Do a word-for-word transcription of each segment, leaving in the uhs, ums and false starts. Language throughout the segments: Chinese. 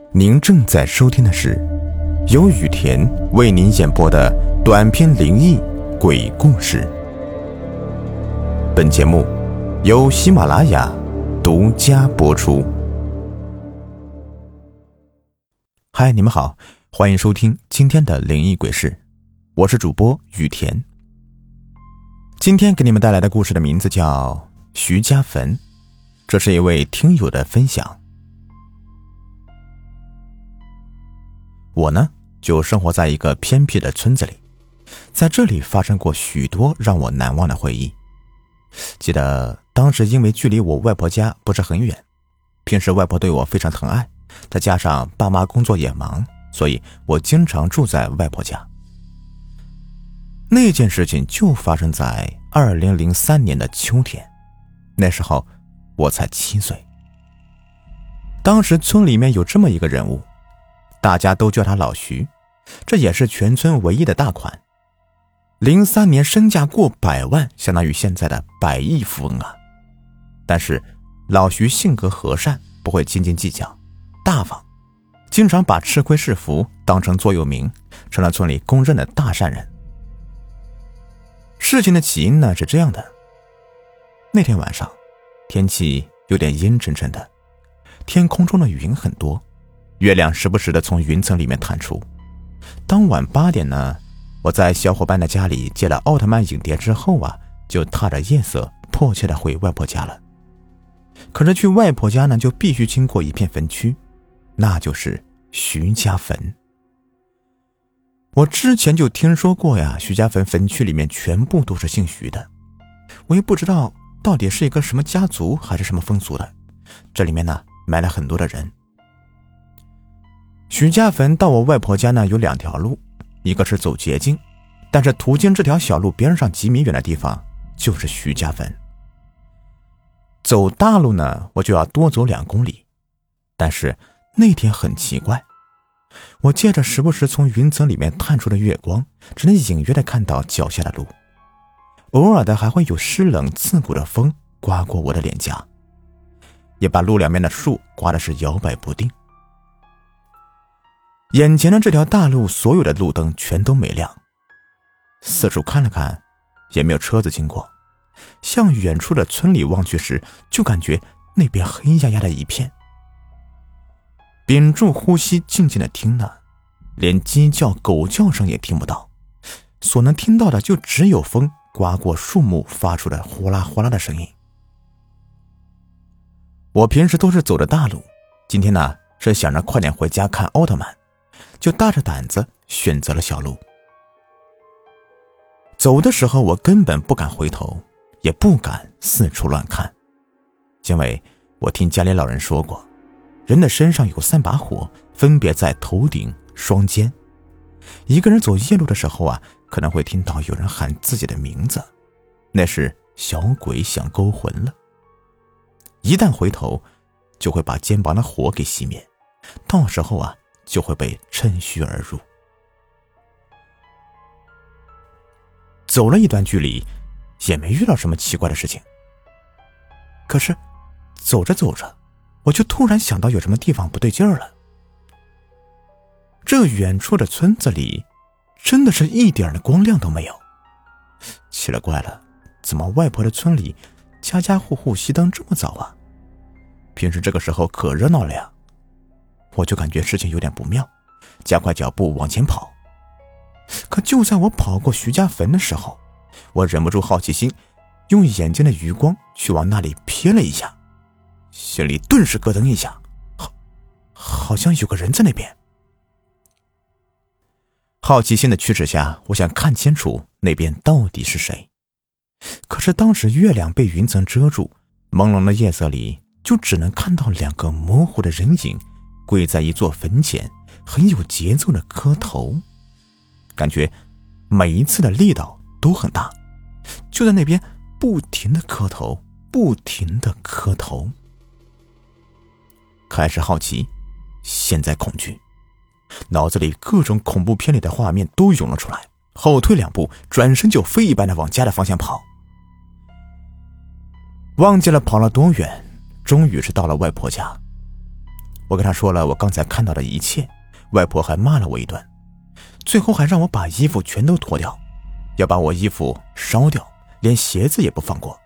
您正在收听的是由雨田为您演播的短篇灵异鬼故事。本节目由喜马拉雅独家播出。嗨，你们好，欢迎收听今天的灵异鬼事，我是主播雨田。今天给你们带来的故事的名字叫徐家坟，这是一位听友的分享。我呢，就生活在一个偏僻的村子里，在这里发生过许多让我难忘的回忆。记得当时因为距离我外婆家不是很远，平时外婆对我非常疼爱，再加上爸妈工作也忙，所以我经常住在外婆家。那件事情就发生在二零零三年的秋天，那时候我才七岁。当时村里面有这么一个人物，大家都叫他老徐，这也是全村唯一的大款。零三年身价过百万，相当于现在的百亿富翁啊。但是老徐性格和善，不会斤斤计较，大方，经常把吃亏是福当成座右铭，成了村里公认的大善人。事情的起因呢是这样的，那天晚上天气有点阴沉沉的，天空中的云很多，月亮时不时地从云层里面探出。当晚八点呢，我在小伙伴的家里借了奥特曼影碟之后啊，就踏着夜色迫切地回外婆家了。可是去外婆家呢，就必须经过一片坟区，那就是徐家坟。我之前就听说过呀，徐家坟坟区里面全部都是姓徐的，我也不知道到底是一个什么家族还是什么风俗的，这里面呢埋了很多的人。徐家坟到我外婆家呢有两条路，一个是走捷径，但是途经这条小路边上几米远的地方就是徐家坟。走大路呢，我就要多走两公里。但是那天很奇怪，我借着时不时从云层里面探出的月光，只能隐约地看到脚下的路，偶尔的还会有湿冷刺骨的风刮过我的脸颊，也把路两边的树刮的是摇摆不定。眼前的这条大路所有的路灯全都没亮，四处看了看也没有车子经过，向远处的村里望去时，就感觉那边黑压压的一片。屏住呼吸静静的听呢，连鸡叫狗叫声也听不到，所能听到的就只有风刮过树木发出的呼啦呼啦的声音。我平时都是走的大路，今天呢是想着快点回家看奥特曼，就大着胆子选择了小路。走的时候我根本不敢回头，也不敢四处乱看，因为我听家里老人说过，人的身上有三把火，分别在头顶、双肩。一个人走夜路的时候啊，可能会听到有人喊自己的名字，那是小鬼想勾魂了。一旦回头，就会把肩膀的火给熄灭，到时候啊就会被趁虚而入。走了一段距离，也没遇到什么奇怪的事情。可是走着走着，我就突然想到有什么地方不对劲儿了。这远处的村子里真的是一点的光亮都没有。奇了怪了，怎么外婆的村里家家户户熄灯这么早啊？平时这个时候可热闹了呀。我就感觉事情有点不妙，加快脚步往前跑。可就在我跑过徐家坟的时候，我忍不住好奇心，用眼睛的余光去往那里瞥了一下，心里顿时咯噔一下，好，好像有个人在那边。好奇心的驱使下，我想看清楚那边到底是谁。可是当时月亮被云层遮住，朦胧的夜色里就只能看到两个模糊的人影跪在一座坟前，很有节奏的磕头，感觉每一次的力道都很大，就在那边不停的磕头，不停的磕头。开始好奇，现在恐惧，脑子里各种恐怖片里的画面都涌了出来，后退两步，转身就飞一般的往家的方向跑。忘记了跑了多远，终于是到了外婆家。 我跟他说了我刚才看到的一切，外婆还骂了我一顿，最后还让我把衣服全都脱掉，要把我衣服烧掉，连鞋子也不放过。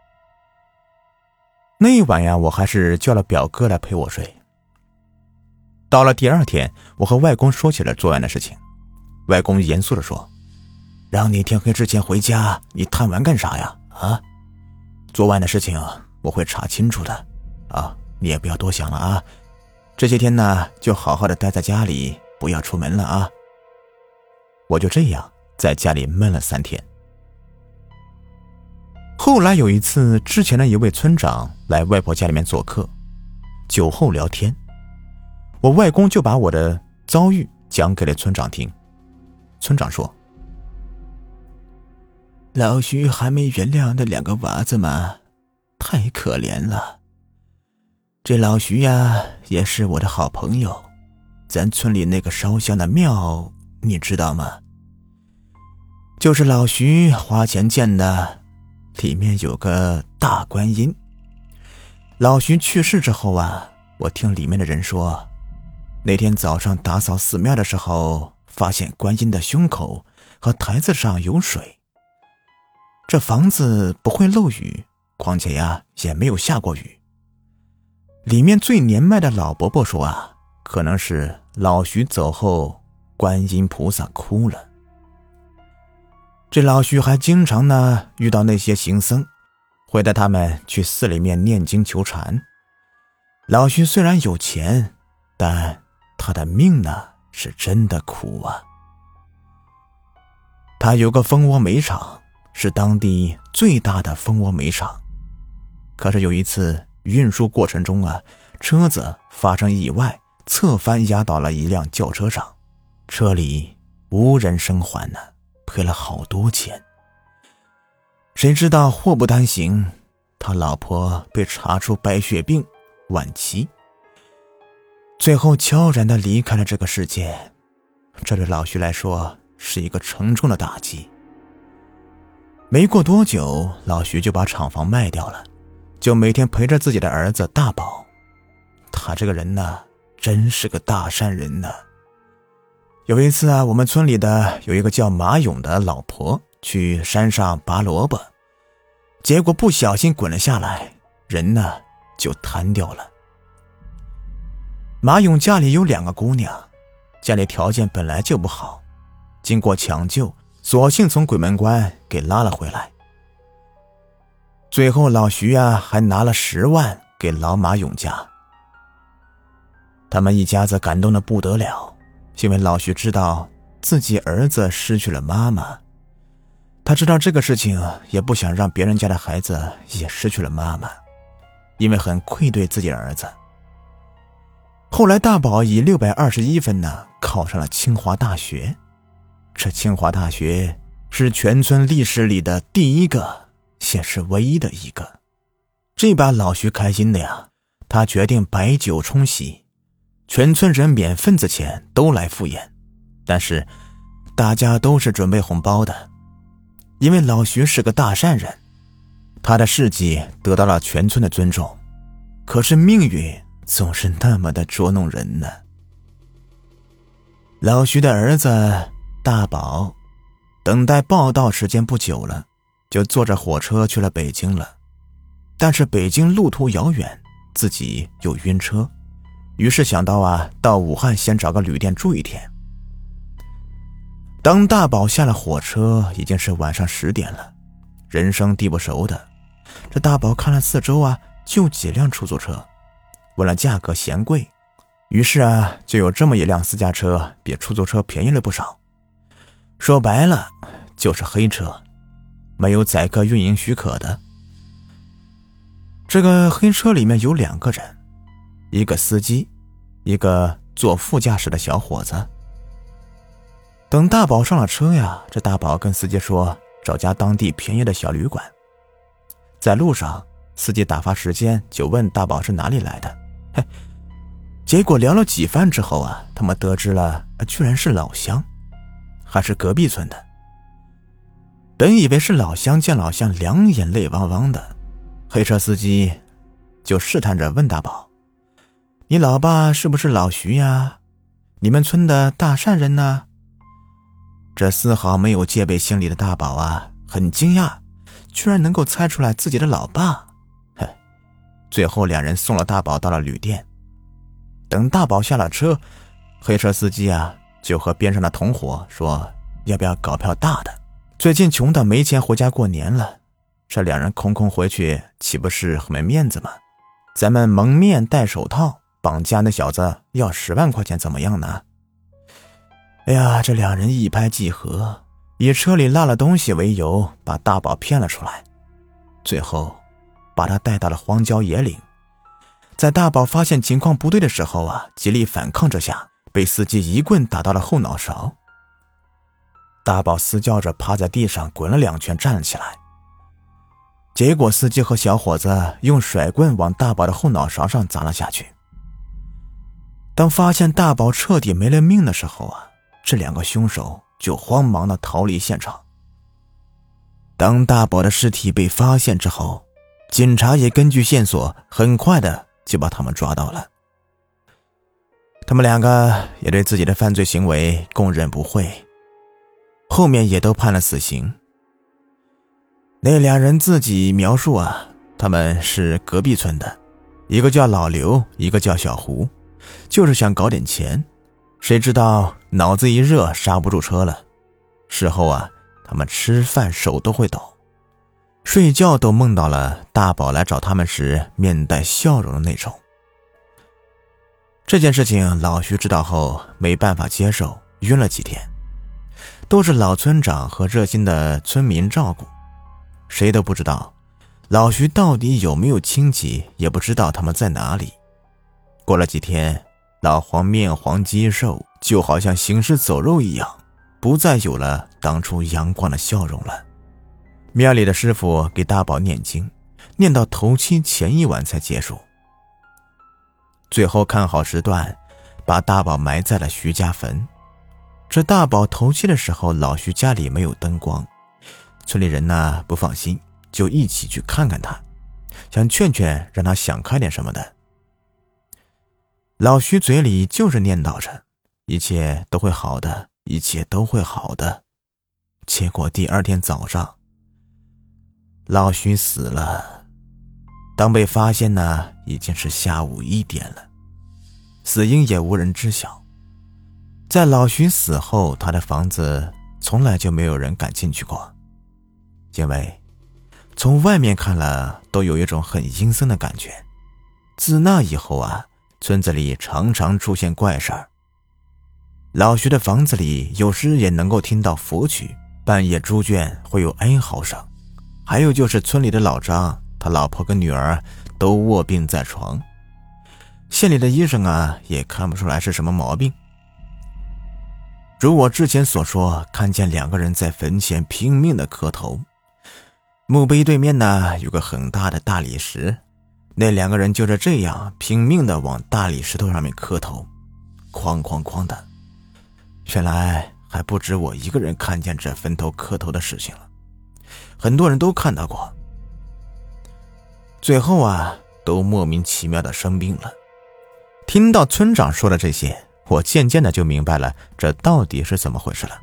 那一晚呀，我还是叫了表哥来陪我睡。到了第二天，我和外公说起了昨晚的事情。外公严肃地说：“让你天黑之前回家，你贪玩干啥呀？啊，昨晚的事情我会查清楚的，啊，你也不要多想了啊。这些天呢，就好好的待在家里，不要出门了啊。”我就这样在家里闷了三天。后来有一次，之前的一位村长来外婆家里面做客，酒后聊天，我外公就把我的遭遇讲给了村长听。村长说：“老徐还没原谅那两个娃子嘛，太可怜了。这老徐呀，也是我的好朋友，咱村里那个烧香的庙，你知道吗？就是老徐花钱建的，里面有个大观音。老徐去世之后啊，我听里面的人说，那天早上打扫寺庙的时候，发现观音的胸口和台子上有水。这房子不会漏雨，况且呀也没有下过雨。里面最年迈的老伯伯说啊，可能是老徐走后，观音菩萨哭了。这老徐还经常呢遇到那些行僧，会带他们去寺里面念经求禅。老徐虽然有钱，但他的命呢是真的苦啊。他有个蜂窝煤厂，是当地最大的蜂窝煤厂。可是有一次运输过程中啊，车子发生意外，侧翻压到了一辆轿车上，车里无人生还呢，赔了好多钱。谁知道祸不单行，他老婆被查出白血病晚期，最后悄然地离开了这个世界。这对老徐来说是一个沉重的打击。没过多久，老徐就把厂房卖掉了，就每天陪着自己的儿子大宝。他这个人呢，真是个大善人呢。有一次啊，我们村里的有一个叫马勇的老婆去山上拔萝卜，结果不小心滚了下来，人呢就瘫掉了。马勇家里有两个姑娘，家里条件本来就不好，经过抢救，索性从鬼门关给拉了回来。最后老徐啊还拿了十万给老马勇家。他们一家子感动得不得了，因为老徐知道自己儿子失去了妈妈，他知道这个事情也不想让别人家的孩子也失去了妈妈，因为很愧对自己的儿子。后来大宝以六百二十一分呢考上了清华大学，这清华大学是全村历史里的第一个，也是唯一的一个。这把老徐开心的呀，他决定摆酒冲喜，全村人免份子钱都来赴宴，但是大家都是准备红包的。因为老徐是个大善人，他的事迹得到了全村的尊重，可是命运总是那么的捉弄人呢。老徐的儿子大宝等待报到时间不久了，就坐着火车去了北京了。但是北京路途遥远，自己又晕车，于是想到啊，到武汉先找个旅店住一天。当大宝下了火车，已经是晚上十点了，人生地不熟的，这大宝看了四周啊，就几辆出租车，问了价格嫌贵，于是啊，就有这么一辆私家车，比出租车便宜了不少。说白了，就是黑车，没有载客运营许可的。这个黑车里面有两个人，一个司机，一个坐副驾驶的小伙子。等大宝上了车呀，这大宝跟司机说找家当地便宜的小旅馆。在路上，司机打发时间，就问大宝是哪里来的。嘿，结果聊了几番之后啊，他们得知了居然是老乡，还是隔壁村的。本以为是老乡，见老乡两眼泪汪汪的，黑车司机就试探着问大宝， 你老爸是不是老徐呀？你们村的大善人呢？这丝毫没有戒备心理的大宝啊，很惊讶，居然能够猜出来自己的老爸。嘿，最后两人送了大宝到了旅店。等大宝下了车，黑车司机啊就和边上的同伙说，要不要搞票大的？最近穷的没钱回家过年了，这两人空空回去岂不是很没面子吗？咱们蒙面戴手套绑架那小子要十万块钱怎么样呢？哎呀，这两人一拍即合，以车里落了东西为由把大宝骗了出来，最后把他带到了荒郊野岭。在大宝发现情况不对的时候啊，极力反抗之下，被司机一棍打到了后脑勺。大宝嘶叫着趴在地上滚了两圈站了起来，结果司机和小伙子用甩棍往大宝的后脑勺上砸了下去。当发现大宝彻底没了命的时候啊，这两个凶手就慌忙地逃离现场。当大宝的尸体被发现之后，警察也根据线索很快的就把他们抓到了。他们两个也对自己的犯罪行为供认不讳，后面也都判了死刑。那两人自己描述啊，他们是隔壁村的，一个叫老刘，一个叫小胡，就是想搞点钱，谁知道脑子一热刹不住车了。事后啊，他们吃饭手都会抖，睡觉都梦到了大宝来找他们时面带笑容的那种。这件事情老徐知道后没办法接受，晕了几天。都是老村长和热心的村民照顾，谁都不知道老徐到底有没有亲戚，也不知道他们在哪里。过了几天，老黄面黄肌瘦，就好像行尸走肉一样，不再有了当初阳光的笑容了。庙里的师傅给大宝念经，念到头七前一晚才结束。最后看好时段，把大宝埋在了徐家坟。这大宝头七的时候，老徐家里没有灯光，村里人呢不放心，就一起去看看他，想劝劝让他想开点什么的。老徐嘴里就是念叨着一切都会好的，一切都会好的。结果第二天早上，老徐死了。当被发现呢，已经是下午一点了，死因也无人知晓。在老徐死后，他的房子从来就没有人敢进去过，因为从外面看了都有一种很阴森的感觉。自那以后啊，村子里常常出现怪事儿。老徐的房子里有时也能够听到佛曲，半夜猪圈会有哀嚎声。还有就是村里的老张，他老婆跟女儿都卧病在床，县里的医生啊也看不出来是什么毛病。如我之前所说，看见两个人在坟前拼命的磕头，墓碑对面呢有个很大的大理石，那两个人就是这样拼命的往大理石头上面磕头，哐哐哐的。原来还不止我一个人看见这坟头磕头的事情了，很多人都看到过。最后啊，都莫名其妙的生病了。听到村长说的这些，我渐渐的就明白了这到底是怎么回事了。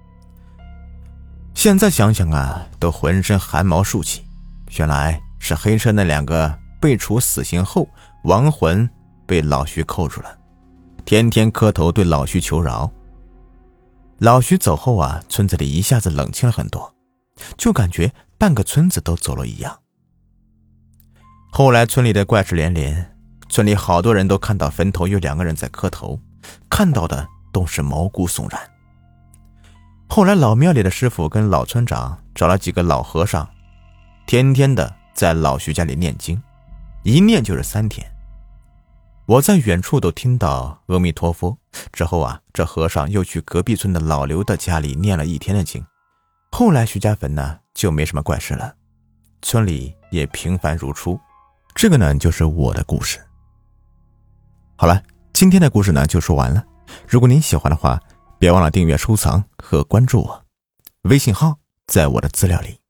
现在想想啊，都浑身汗毛竖起。原来是黑车那两个被处死刑后，亡魂被老徐扣住了，天天磕头对老徐求饶。老徐走后啊，村子里一下子冷清了很多，就感觉半个村子都走了一样。后来村里的怪事连连，村里好多人都看到坟头有两个人在磕头，看到的都是毛骨悚然。后来老庙里的师傅跟老村长找了几个老和尚，天天的在老徐家里念经，一念就是三天。我在远处都听到阿弥陀佛。之后啊，这和尚又去隔壁村的老刘的家里念了一天的经。后来徐家坟呢就没什么怪事了，村里也平凡如初。这个呢就是我的故事。好了，今天的故事呢就说完了。如果您喜欢的话，别忘了订阅、收藏和关注我，微信号在我的资料里。